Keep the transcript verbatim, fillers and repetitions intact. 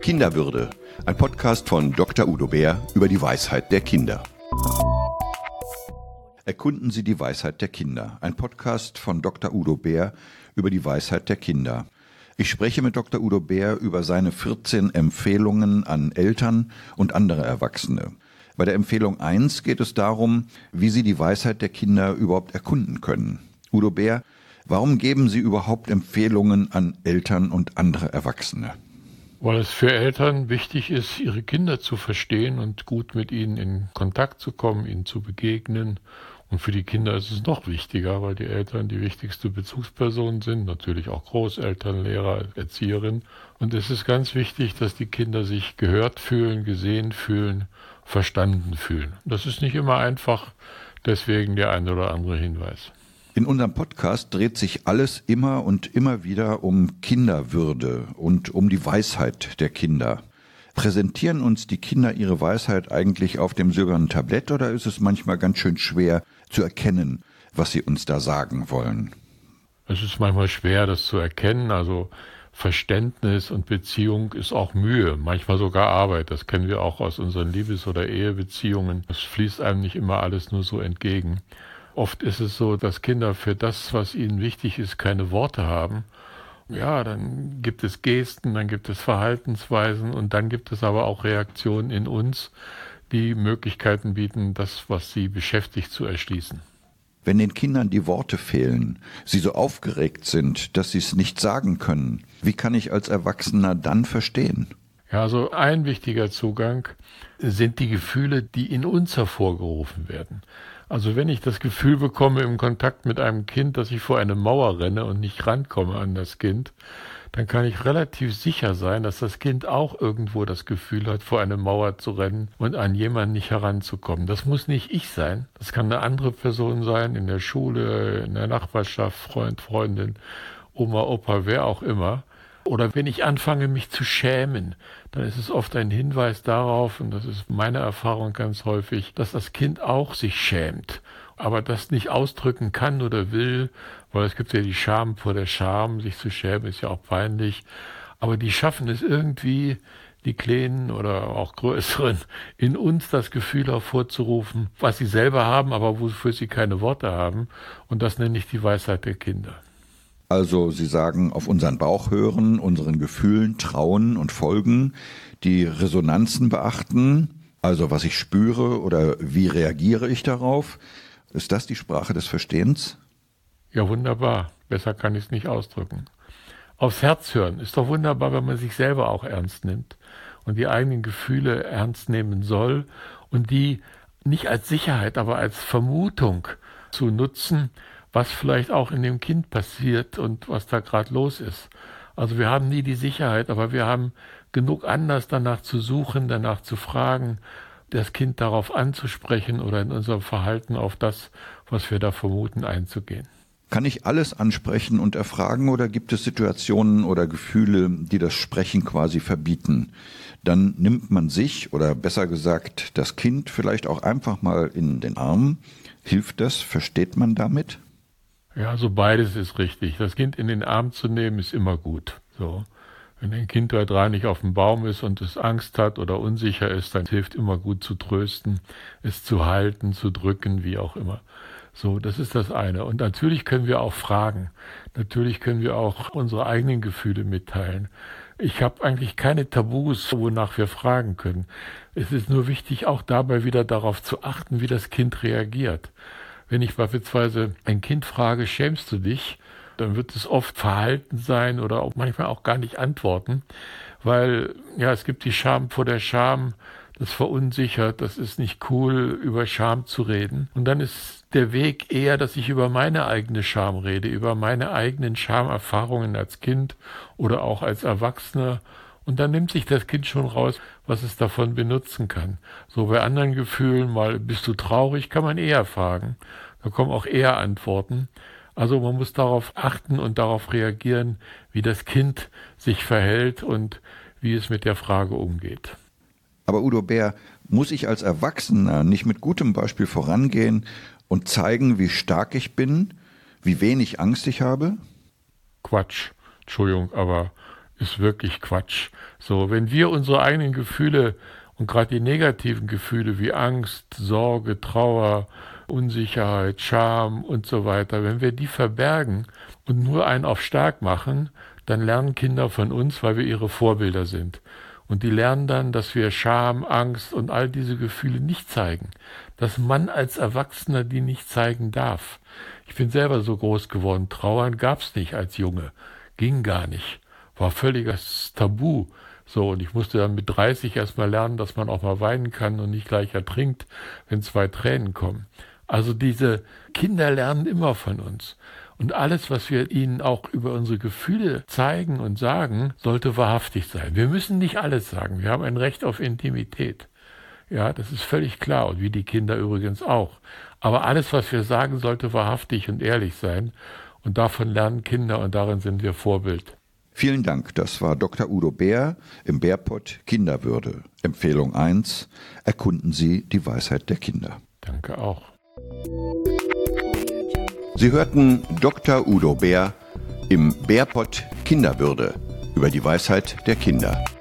Kinderwürde, ein Podcast von Doktor Udo Bär über die Weisheit der Kinder. Erkunden Sie die Weisheit der Kinder, ein Podcast von Doktor Udo Bär über die Weisheit der Kinder. Ich spreche mit Doktor Udo Bär über seine vierzehn Empfehlungen an Eltern und andere Erwachsene. Bei der Empfehlung eins geht es darum, wie Sie die Weisheit der Kinder überhaupt erkunden können. Udo Bär, warum geben Sie überhaupt Empfehlungen an Eltern und andere Erwachsene? Weil es für Eltern wichtig ist, ihre Kinder zu verstehen und gut mit ihnen in Kontakt zu kommen, ihnen zu begegnen. Und für die Kinder ist es noch wichtiger, weil die Eltern die wichtigste Bezugsperson sind, natürlich auch Großeltern, Lehrer, Erzieherinnen. Und es ist ganz wichtig, dass die Kinder sich gehört fühlen, gesehen fühlen, verstanden fühlen. Das ist nicht immer einfach, deswegen der ein oder andere Hinweis. In unserem Podcast dreht sich alles immer und immer wieder um Kinderwürde und um die Weisheit der Kinder. Präsentieren uns die Kinder ihre Weisheit eigentlich auf dem silbernen Tablett oder ist es manchmal ganz schön schwer zu erkennen, was sie uns da sagen wollen? Es ist manchmal schwer, das zu erkennen. Also Verständnis und Beziehung ist auch Mühe, manchmal sogar Arbeit. Das kennen wir auch aus unseren Liebes- oder Ehebeziehungen. Es fließt einem nicht immer alles nur so entgegen. Oft ist es so, dass Kinder für das, was ihnen wichtig ist, keine Worte haben. Ja, dann gibt es Gesten, dann gibt es Verhaltensweisen und dann gibt es aber auch Reaktionen in uns, die Möglichkeiten bieten, das, was sie beschäftigt, zu erschließen. Wenn den Kindern die Worte fehlen, sie so aufgeregt sind, dass sie es nicht sagen können, wie kann ich als Erwachsener dann verstehen? Ja, also ein wichtiger Zugang sind die Gefühle, die in uns hervorgerufen werden. Also wenn ich das Gefühl bekomme im Kontakt mit einem Kind, dass ich vor eine Mauer renne und nicht rankomme an das Kind, dann kann ich relativ sicher sein, dass das Kind auch irgendwo das Gefühl hat, vor eine Mauer zu rennen und an jemanden nicht heranzukommen. Das muss nicht ich sein, das kann eine andere Person sein, in der Schule, in der Nachbarschaft, Freund, Freundin, Oma, Opa, wer auch immer. Oder wenn ich anfange, mich zu schämen, dann ist es oft ein Hinweis darauf, und das ist meine Erfahrung ganz häufig, dass das Kind auch sich schämt, aber das nicht ausdrücken kann oder will, weil es gibt ja die Scham vor der Scham, sich zu schämen ist ja auch peinlich, aber die schaffen es irgendwie, die Kleinen oder auch Größeren, in uns das Gefühl hervorzurufen, was sie selber haben, aber wofür sie keine Worte haben, und das nenne ich die Weisheit der Kinder. Also Sie sagen, auf unseren Bauch hören, unseren Gefühlen trauen und folgen, die Resonanzen beachten, also was ich spüre oder wie reagiere ich darauf. Ist das die Sprache des Verstehens? Ja, wunderbar. Besser kann ich es nicht ausdrücken. Aufs Herz hören ist doch wunderbar, wenn man sich selber auch ernst nimmt und die eigenen Gefühle ernst nehmen soll und die nicht als Sicherheit, aber als Vermutung zu nutzen, was vielleicht auch in dem Kind passiert und was da gerade los ist. Also wir haben nie die Sicherheit, aber wir haben genug Anlass, danach zu suchen, danach zu fragen, das Kind darauf anzusprechen oder in unserem Verhalten auf das, was wir da vermuten, einzugehen. Kann ich alles ansprechen und erfragen oder gibt es Situationen oder Gefühle, die das Sprechen quasi verbieten? Dann nimmt man sich oder besser gesagt das Kind vielleicht auch einfach mal in den Arm. Hilft das? Versteht man damit? Ja, so beides ist richtig. Das Kind in den Arm zu nehmen, ist immer gut. So. Wenn ein Kind da dran nicht auf dem Baum ist und es Angst hat oder unsicher ist, dann hilft immer gut zu trösten, es zu halten, zu drücken, wie auch immer. So, das ist das eine. Und natürlich können wir auch fragen. Natürlich können wir auch unsere eigenen Gefühle mitteilen. Ich habe eigentlich keine Tabus, wonach wir fragen können. Es ist nur wichtig, auch dabei wieder darauf zu achten, wie das Kind reagiert. Wenn ich beispielsweise ein Kind frage, schämst du dich, dann wird es oft verhalten sein oder auch manchmal auch gar nicht antworten, weil ja, es gibt die Scham vor der Scham, das verunsichert, das ist nicht cool, über Scham zu reden. Und dann ist der Weg eher, dass ich über meine eigene Scham rede, über meine eigenen Schamerfahrungen als Kind oder auch als Erwachsener. Und dann nimmt sich das Kind schon raus, was es davon benutzen kann. So bei anderen Gefühlen, mal bist du traurig, kann man eher fragen. Da kommen auch eher Antworten. Also man muss darauf achten und darauf reagieren, wie das Kind sich verhält und wie es mit der Frage umgeht. Aber Udo Bär, muss ich als Erwachsener nicht mit gutem Beispiel vorangehen und zeigen, wie stark ich bin, wie wenig Angst ich habe? Quatsch, Entschuldigung, aber ist wirklich Quatsch. So, wenn wir unsere eigenen Gefühle und gerade die negativen Gefühle wie Angst, Sorge, Trauer, Unsicherheit, Scham und so weiter, wenn wir die verbergen und nur einen auf stark machen, dann lernen Kinder von uns, weil wir ihre Vorbilder sind. Und die lernen dann, dass wir Scham, Angst und all diese Gefühle nicht zeigen. Dass man als Erwachsener die nicht zeigen darf. Ich bin selber so groß geworden. Trauern gab's nicht als Junge. Ging gar nicht. War völliges Tabu. So, und ich musste dann mit dreißig erstmal lernen, dass man auch mal weinen kann und nicht gleich ertrinkt, wenn zwei Tränen kommen. Also diese Kinder lernen immer von uns. Und alles, was wir ihnen auch über unsere Gefühle zeigen und sagen, sollte wahrhaftig sein. Wir müssen nicht alles sagen. Wir haben ein Recht auf Intimität. Ja, das ist völlig klar. Und wie die Kinder übrigens auch. Aber alles, was wir sagen, sollte wahrhaftig und ehrlich sein. Und davon lernen Kinder und darin sind wir Vorbild. Vielen Dank. Das war Doktor Udo Bär im Bärpott Kinderwürde. Empfehlung eins. Erkunden Sie die Weisheit der Kinder. Danke auch. Sie hörten Doktor Udo Bär im Bärpott Kinderwürde über die Weisheit der Kinder.